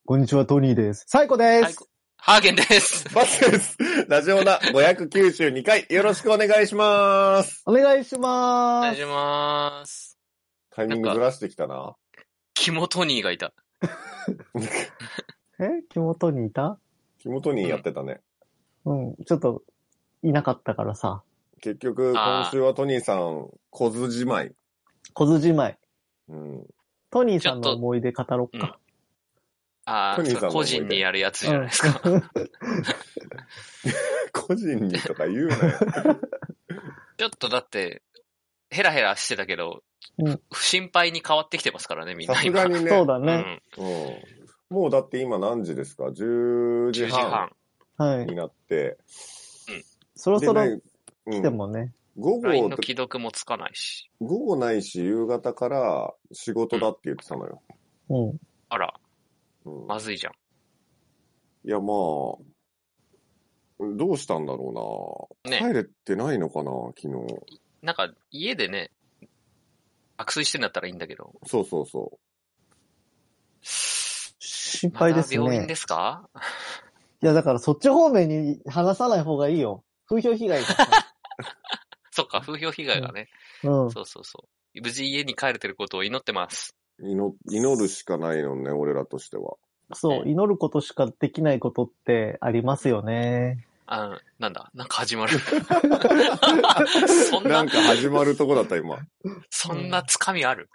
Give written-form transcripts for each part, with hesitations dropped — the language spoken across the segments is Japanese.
こんにちは、トニーです。サイコです。 ハーゲンです。 バツです。ラジオナ592回、よろしくお願いします。 お願いしまーす。 お願いしまーす。 タイミングずらしてきたな。 キモトニーがいた。 キモトニーいた？ キモトニーやってたね。 うん、ちょっと、いなかったからさ。 結局、今週はトニーさん、小津じまい。 小津じまい。 うん。 トニーさんの思い出語ろっか。 ああ、個人にやるやつじゃないですか。 個人にとか言うなよ。 ちょっとだって、ヘラヘラしてたけど、心配に変わってきてますからね、みんな。 さすがにね。 そうだね。 もうだって今何時ですか ?10 時半になって。 そろそろ来てもね。 午後 LINE の既読もつかないし。 午後ないし、夕方から仕事だって言ってたのよ。 あら。まずいじゃん。 いや、まあ、どうしたんだろうな。帰れてないのかな、昨日。 なんか、家でね、爆睡してんだったらいいんだけど。 そうそうそう。 心配ですね。 また病院ですか？ いや、だからそっち方面に話さない方がいいよ。風評被害が。 そっか、風評被害がね。そうそうそう。無事家に帰れてることを祈ってます。 祈るしかないのね、俺らとしては。 そう、祈ることしかできないことってありますよね。 なんだ、なんか始まる。 なんか始まるとこだった今。 そんなつかみある？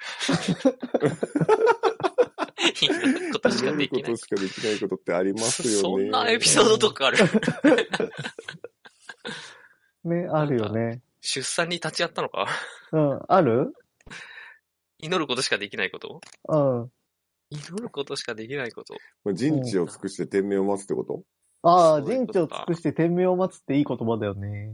祈ることしかできない。 ことしかできないことってありますよね。 そんなエピソードとかある？ ね、あるよね。 出産に立ち会ったのか？ ある？ 祈ることしかできないこと？祈ることしかできないこと。 人知を尽くして天命を待つってこと？ ああ、人知を尽くして天命を待つっていい言葉だよね。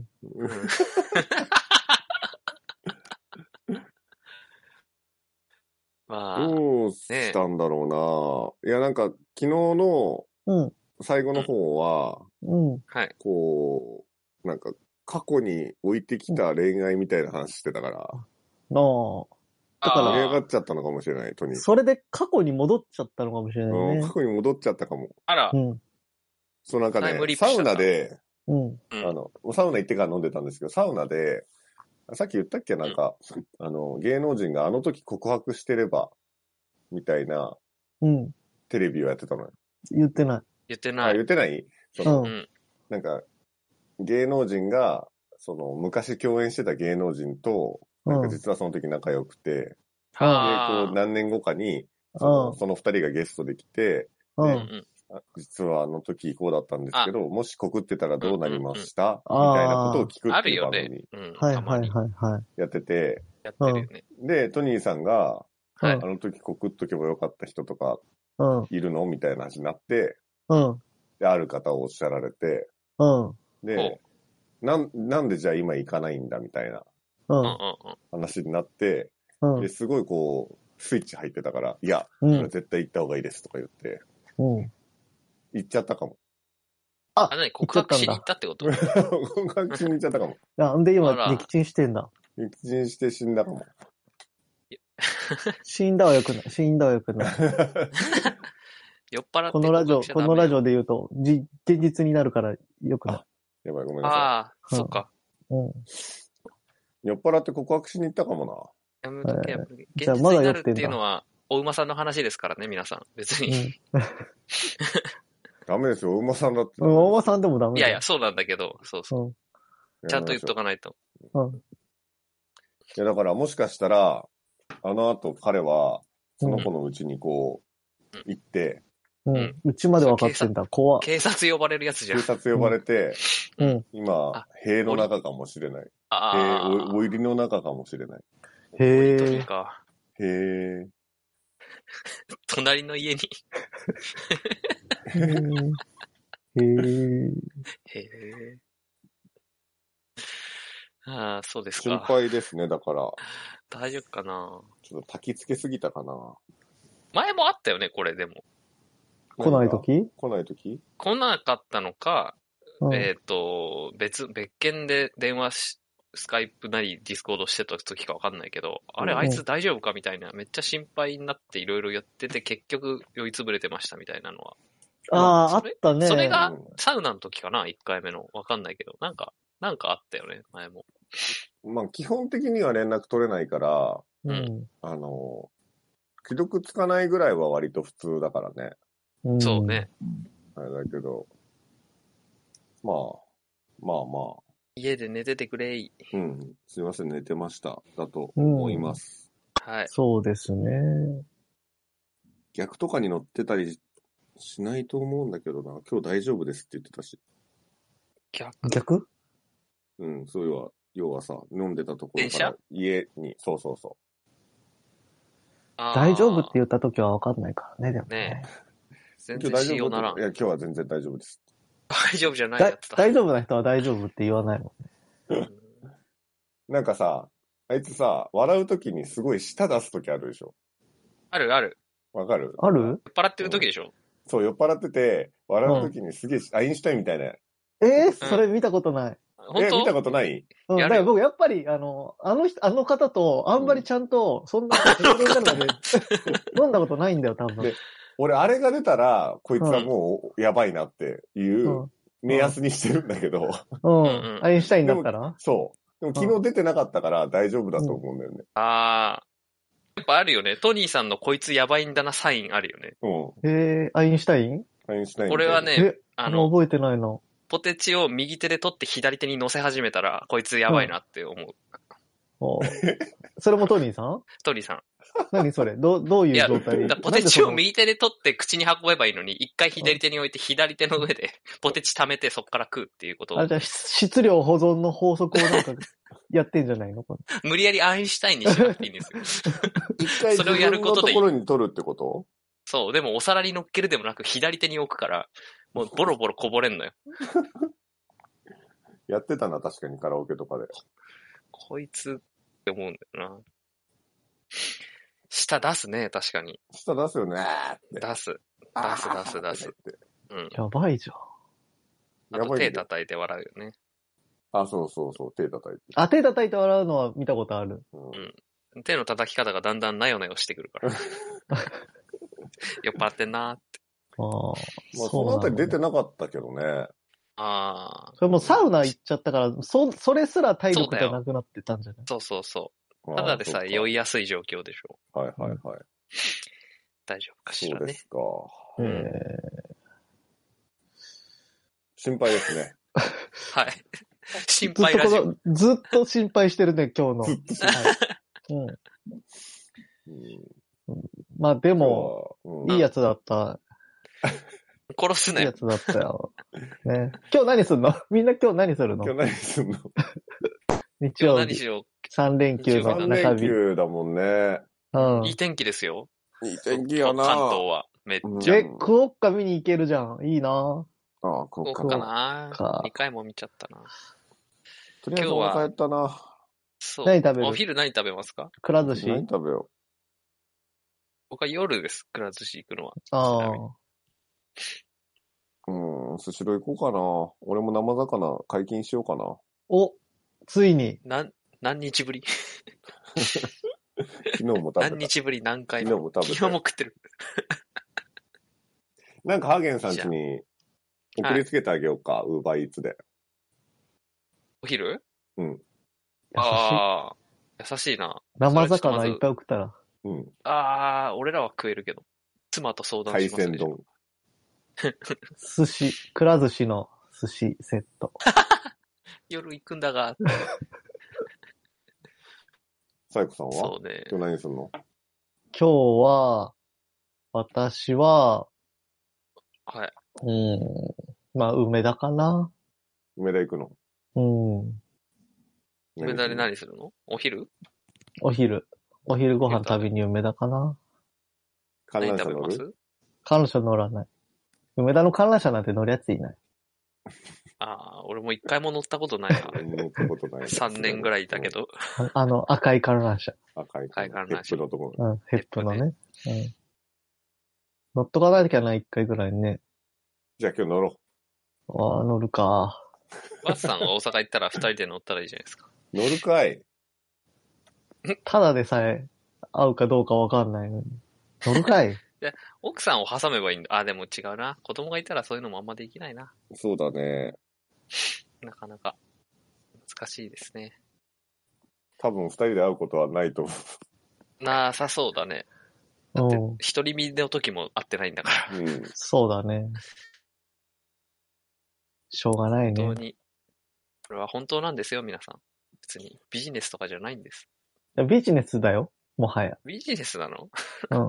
どうしたんだろうな。いや、なんか、昨日の最後の方は、こう、なんか、過去に置いてきた恋愛みたいな話してたから。だから、盛り上がっちゃったのかもしれない、とに。 それで過去に戻っちゃったのかもしれないね。 過去に戻っちゃったかも。 あら。 そうなんかね、サウナで、サウナ行ってから飲んでたんですけど、サウナで、さっき言ったっけなんか、芸能人があの時告白してれば、みたいな、テレビをやってたのよ。 言ってない。 言ってない。 言ってない？なんか、芸能人が、昔共演してた芸能人と、なんか実はその時仲良くて、で、こう、何年後かに、その二人がゲストで来て、実はあの時こうだったんですけど、もし告ってたらどうなりました？みたいなことを聞くっていう番組。やってて、 やってるよね。 で、トニーさんが、あの時告っとけばよかった人とか、いるのみたいな話になって、で、ある方をおっしゃられて、で、なんでじゃあ今行かないんだみたいな話になって、で、すごいこう、スイッチ入ってたから、いや、これ絶対行った方がいいですとか言って、行っちゃったかも。 何告白しに行ったってこと？ 告白しに行っちゃったかも。 んで今、撃沈してんだ。 撃沈して死んだかも。 死んだはよくない。死んだはよくない。 酔っ払ってこのラジオで言うと、現実になるからよくない。 やばい、ごめんなさい。 ああ、そっか。 酔っ払って告白しに行ったかもな。 やめとけ、やめとけ。現実になるっていうのは、お馬さんの話ですからね、皆さん。別に。 ダメですよ、お馬さんだって。 お馬さんでもダメだよ。いやいや、そうなんだけど、そうそう。ちゃんと言っとかないと。 いや、だからもしかしたら、あの後彼は、その子の家にこう、行って、 うちまで分かってんだ、怖っ。 警察呼ばれるやつじゃん。 警察呼ばれて、今、塀の中かもしれない。お入りの中かもしれない。 へえ。 隣の家に。へえ。ああ、そうですか。 心配ですね、だから。 大丈夫かな？ ちょっと焚き付けすぎたかな。 前もあったよね、これでも。 来ないとき来なかったのか、別件で電話スカイプなりディスコードしてた時かわかんないけど、あれ、あいつ大丈夫かみたいな、めっちゃ心配になっていろいろやってて、結局酔いつぶれてましたみたいなのは。 あったね。 それがサウナの時かな、1回目の。わかんないけど、なんかあったよね、前も。 まあ、基本的には連絡取れないから、 うん。 既読つかないぐらいは割と普通だからね。 そうね。 あれだけど、まあ。 家で寝ててくれい。 うん。すいません、寝てました。だと思います。 はい。 そうですね。 逆とかに乗ってたりしないと思うんだけどな。今日大丈夫ですって言ってたし。 逆？ うん、そういうは、要はさ、飲んでたところから家に、そう。 大丈夫って言った時は分かんないからね、でもね。 全然しようならん。 いや、今日は全然大丈夫です。 大丈夫じゃないやつだ。 大丈夫な人は大丈夫って言わないもんね。 なんかさ、あいつさ、笑うときにすごい舌出すときあるでしょ。 ある。 わかる？ ある？ 酔っ払ってるときでしょ、 そう、酔っ払ってて、笑うときにすげえ、アインシュタインみたいな。 それ見たことない。 本当？ 見たことない？ だから僕やっぱり、あの方とあんまりちゃんと、そんな、飲んだことないんだよ、多分。 で、俺あれが出たら、こいつはもうやばいなっていう目安にしてるんだけど。 アインシュタインだったら？ そう。でも昨日出てなかったから大丈夫だと思うんだよね。 やっぱあるよね。トニーさんのこいつやばいんだなサインあるよね。 アインシュタイン？ アインシュタイン。 俺はね、 覚えてないの。 ポテチを右手で取って左手に乗せ始めたら、こいつやばいなって思う。 それもトニーさん？ トニーさん。 何それ？どういう状態？ ポテチを右手で取って口に運べばいいのに、一回左手に置いて左手の上でポテチ溜めてそっから食うっていうことを。 じゃあ質量保存の法則をなんかやってんじゃないの？ 無理やりアインシュタインにしなくていいんですよ。 一回それをやることでいい。ところに取るってこと？ そう、でもお皿に乗っけるでもなく左手に置くから、もうボロボロこぼれんのよ。 やってたな、確かにカラオケとかで。 こいつって思うんだよな。舌出すね、確かに。 舌出すよねー。出す。うん。 やばいじゃん。 あと手叩いて笑うよね。 そう、手叩いて。 手叩いて笑うのは見たことある。 うん。手の叩き方がだんだんなよなよしてくるから。酔っ払ってんなーって。 そのあたり出てなかったけどね。 それもサウナ行っちゃったから、それすら体力がなくなってたんじゃない？ そう。ただでさえ酔いやすい状況でしょ。 はい。 大丈夫かしらね。 そうですか。心配ですね。 はい。心配ラジオ。 ずっと心配してるね、今日の。ずっと心配。まあでも、いいやつだった。 殺すね。 いいやつだったよ。ね。今日何すんの？みんな今日何するの？ 今日何すんの？ 日曜日。 何しよう。 3連休の中日。 3連休だもんね。 いい天気ですよ。 いい天気やな。 関東は。めっちゃ。 クオッカ見に行けるじゃん。いいな。 クオッカかな。2回も見ちゃったな。 とりあえずお腹減ったな。 そう。 何食べる？ お昼何食べますか？ くら寿司。 何食べよう。 僕は夜です。くら寿司行くのは。 スシロー行こうかな。俺も生魚解禁しようかな。 ついに。 何日ぶり？ 昨日も食べた。 何日ぶり何回も。 昨日も食べた。 昨日も食ってる。 なんかハーゲンさん家に送りつけてあげようか、ウーバーイーツで。 お昼？ うん。 優しいな。 生魚いっぱい送ったら。 俺らは食えるけど。妻と相談しますね。 海鮮丼。 くら寿司の寿司セット。 夜行くんだが。 サイコさんは？ そうね。 今日何するの？ 今日は、私は、 はい。 まあ、梅田かな。 梅田行くの？ 梅田で何するの？お昼ご飯食べに梅田かな。 観覧車乗る？ 観覧車乗らない。梅田の観覧車なんて乗るやついない。 俺も一回も乗ったことないな。 乗ったことない。 3年ぐらいいたけど。 赤い観覧車。 赤い観覧車。 ヘップのところ。 ヘップのね。乗っとかなきゃな、一回ぐらいね。 じゃあ今日乗ろう。 乗るか。 バスさんは大阪行ったら2人で乗ったらいいじゃないですか。 乗るかい。 ただでさえ会うかどうかわかんないのに。乗るかい。 奥さんを挟めばいいんだ。あ、でも違うな。子供がいたらそういうのもあんまできないな。 そうだね。 なかなか難しいですね。 多分二人で会うことはないと思なさそうだね。だって、一人身の時も会ってないんだから。 う。うん。 そうだね。しょうがないね。 本当に。これは本当なんですよ、皆さん。別にビジネスとかじゃないんです。 ビジネスだよ。もはや。 ビジネスなの？ うん。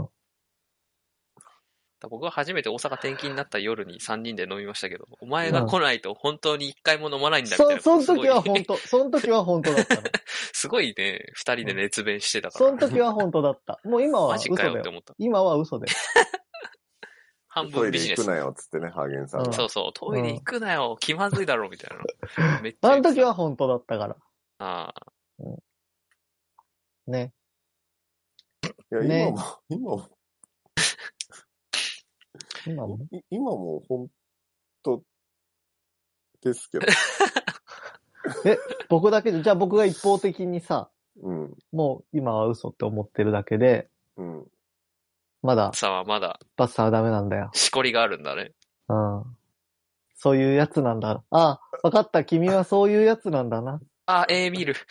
僕は初めて大阪転勤になった夜に3人で飲みましたけど、お前が来ないと本当に一回も飲まないんだみたいな。 その時は本当。その時は本当だったの。 すごいね、二人で熱弁してたから。 その時は本当だった。もう今は嘘だよ。 マジかよって思った。 今は嘘で。 半分ビジネス。 トイレ行くなよっつってね、ハーゲンさんが。 そうそう、トイレ行くなよ、気まずいだろ、みたいな。めっちゃあの時は本当だったから。 ああ。 ね。 いや、 ね、 今も本当ですけど。 僕だけで、じゃあ僕が一方的にさ、 うん、 もう今は嘘って思ってるだけで、 うん、 バッサーはダメなんだよ。 しこりがあるんだね。 うん。そういうやつなんだ。あ、わかった。君はそういうやつなんだな。 あ、見る。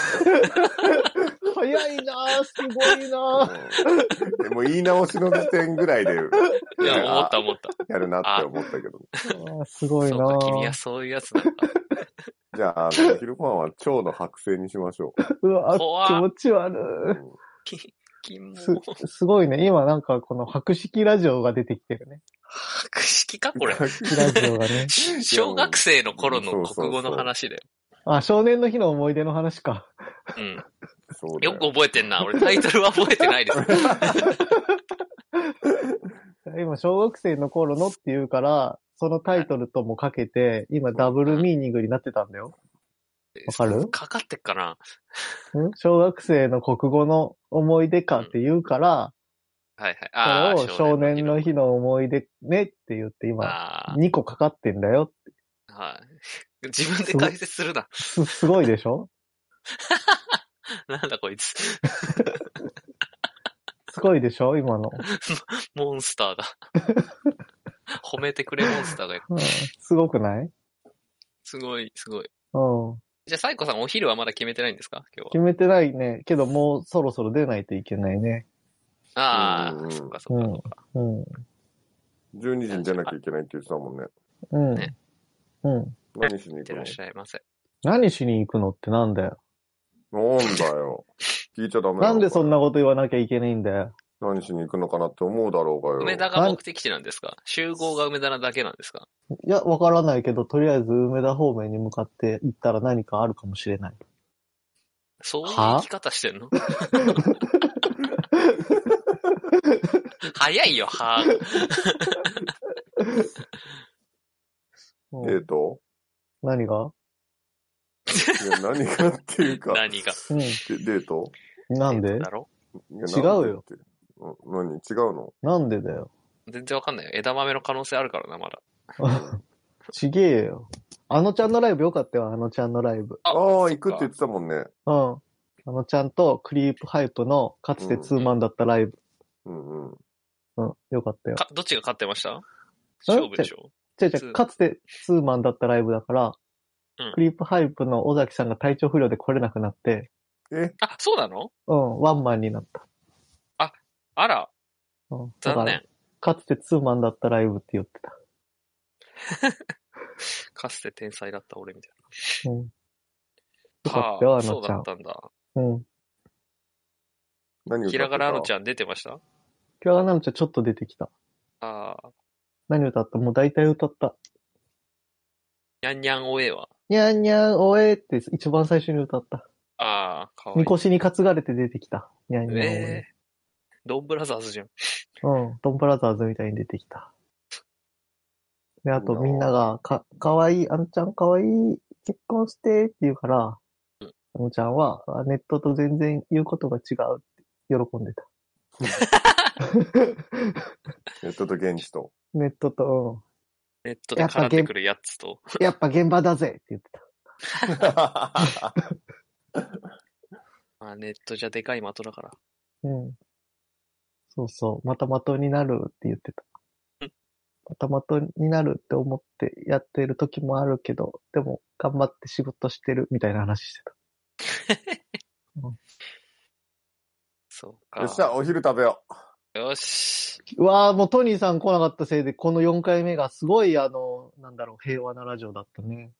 早いなぁ、すごいなぁ。でも言い直しの時点ぐらいで。 いや、思った。 やるなって思ったけど。 あ、すごいなぁ。 そうか、君はそういうやつなんだ。 じゃあ、昼ご飯は腸の剥製にしましょう。うわ、気持ち悪い。すごいね。今なんかこの白式ラジオが出てきてるね。 白式かこれ。 白式ラジオがね。 小学生の頃の国語の話だよ。 あ、少年の日の思い出の話か。 うん。よく覚えてんな。俺タイトルは覚えてないです。 今、小学生の頃のって言うから、そのタイトルともかけて、今ダブルミーニングになってたんだよ。わかる？ かかってっかな？ 小学生の国語の思い出かって言うから、 はいはい。 それを少年の日の思い出ねって言って今、2個かかってんだよって。 はい。自分で解説するな。 すごいでしょ？ なんだこいつ。 すごいでしょ今の。 モンスターだ。褒めてくれモンスターがいる。 すごくない？ すごい。 うん。 じゃあ、サイコさんお昼はまだ決めてないんですか今日は。 決めてないね。けどもうそろそろ出ないといけないね。 ああ、そっか。 うん。 12時に出なきゃいけないって言ってたもんね。 うん。ね。うん。 何しに行くの？いってらっしゃいませ。 何しに行くのってなんだよ。 なんだよ。聞いちゃダメなんでそんなこと言わなきゃいけないんだよ。 何しに行くのかなって思うだろうがよ。 梅田が目的地なんですか？集合が梅田なだけなんですか？ いや、わからないけど、とりあえず梅田方面に向かって行ったら何かあるかもしれない。 そういう生き方してんの？早いよ、はぁ。 デート？ 何が？ いや、何がっていうか。 何が？ デート？ なんで？ だろ？ 違うよ。 何？違うの？ なんでだよ。 全然わかんないよ。枝豆の可能性あるからな、まだ。 ちげえよ。あのちゃんのライブよかったよ、あのちゃんのライブ。 ああ、行くって言ってたもんね。 うん。あのちゃんとクリープハイプのかつてツーマンだったライブ。よかったよ。 どっちが勝ってました？勝負でしょ？ かつてツーマンだったライブだから、クリープハイプの尾崎さんが体調不良で来れなくなって。 あ、そうなの？ ワンマンになった。 あら。残念。 かつてツーマンだったライブって言ってた。 かつて天才だった俺みたいな。 よかったよ、あのちゃん。 そうだったんだ。 何ひらがなあのちゃん出てました？ ひらがなあのちゃんちょっと出てきた。何歌った？もう大体歌った。 にゃんにゃんおえは？ にゃんにゃんおえって一番最初に歌った。 かわいい。 みこしに担がれて出てきた。にゃんにゃんおえ。 ドンブラザーズじゃん。 ドンブラザーズみたいに出てきた。で、あとみんなが、かわいい、あのちゃんかわいい、結婚してって言うから、あのちゃんは、ネットと全然言うことが違うって喜んでた。 ネットと現地と。 ネットで絡んでくるやつと。 やっぱ現場だぜって言ってた。 まあネットじゃでかい的だから。 うん。そうそう。また的になるって言ってた。また的になるって思ってやってる時もあるけど、でも頑張って仕事してるみたいな話してた。 うん、そうか。 よっしゃ、お昼食べよう。よし。 うわぁ、もうトニーさん来なかったせいで、この4回目がすごいなんだろう、平和なラジオだったね。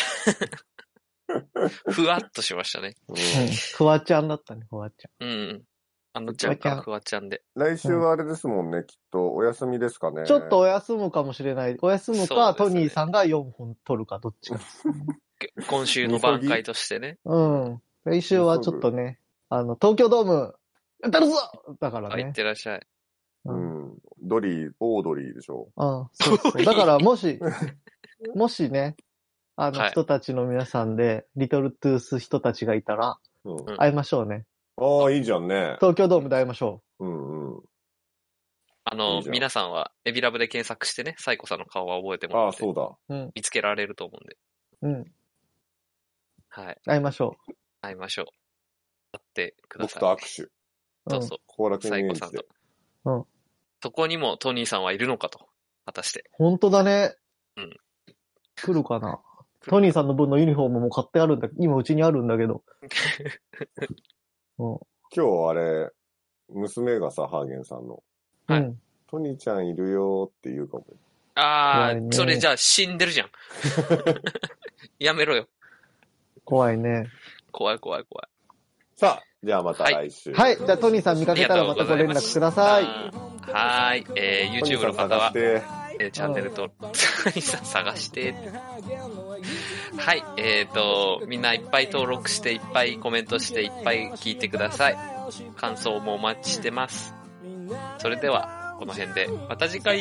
ふわっとしましたね。 うん。フワちゃんだったね、フワちゃん。うん。ちゃんか、フワちゃんで。 来週はあれですもんね、きっとお休みですかね。 ちょっとお休むかもしれない。お休むか、ね、トニーさんが4本取るか、どっちか。 今週の挽回としてね。 うん。来週はちょっとね、東京ドーム、やったるぞだからね。 いってらっしゃい。 うん。オードリーでしょ。 うん。そうだからもしね、人たちの皆さんで、リトルトゥース人たちがいたら、会いましょうね。 ああ、いいじゃんね。 東京ドームで会いましょう。うんうん。 皆さんは、エビラブで検索してね、サイコさんの顔は覚えてもらって。 ああ、そうだ。見つけられると思うんで。 うん。 はい。 会いましょう。 会いましょう。会ってください。 僕と握手。 そうそう。 後楽園サイコさんと。 うん。 そこにもトニーさんはいるのかと。果たして。 本当だね。 うん。 来るかな。トニーさんの分のユニフォームも買ってあるんだ。今うちにあるんだけど。 今日あれ、娘がさ、ハーゲンさんの。 はい。 トニーちゃんいるよって言うかも。 ああ、それじゃあ死んでるじゃん。やめろよ。 怖いね。 怖い。 さあ、じゃあまた来週。 はい。じゃあトニーさん見かけたらまたご連絡ください。 はい。YouTube の方は、チャンネルと、トニーさん探して。はい。みんないっぱい登録して、いっぱいコメントして、いっぱい聞いてください。感想もお待ちしてます。それでは、この辺で、また次回。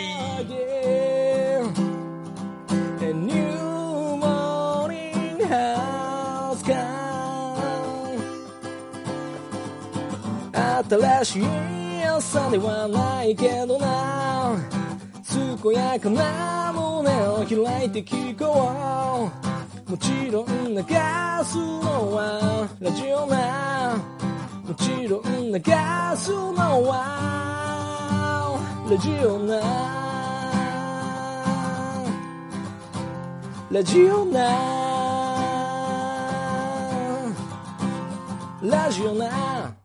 新しい朝ではないけどな、健やかな胸を開いて聞こう。もちろん流すのはラジオな、もちろん流すのはラジオな、ラジオな、ラジオな。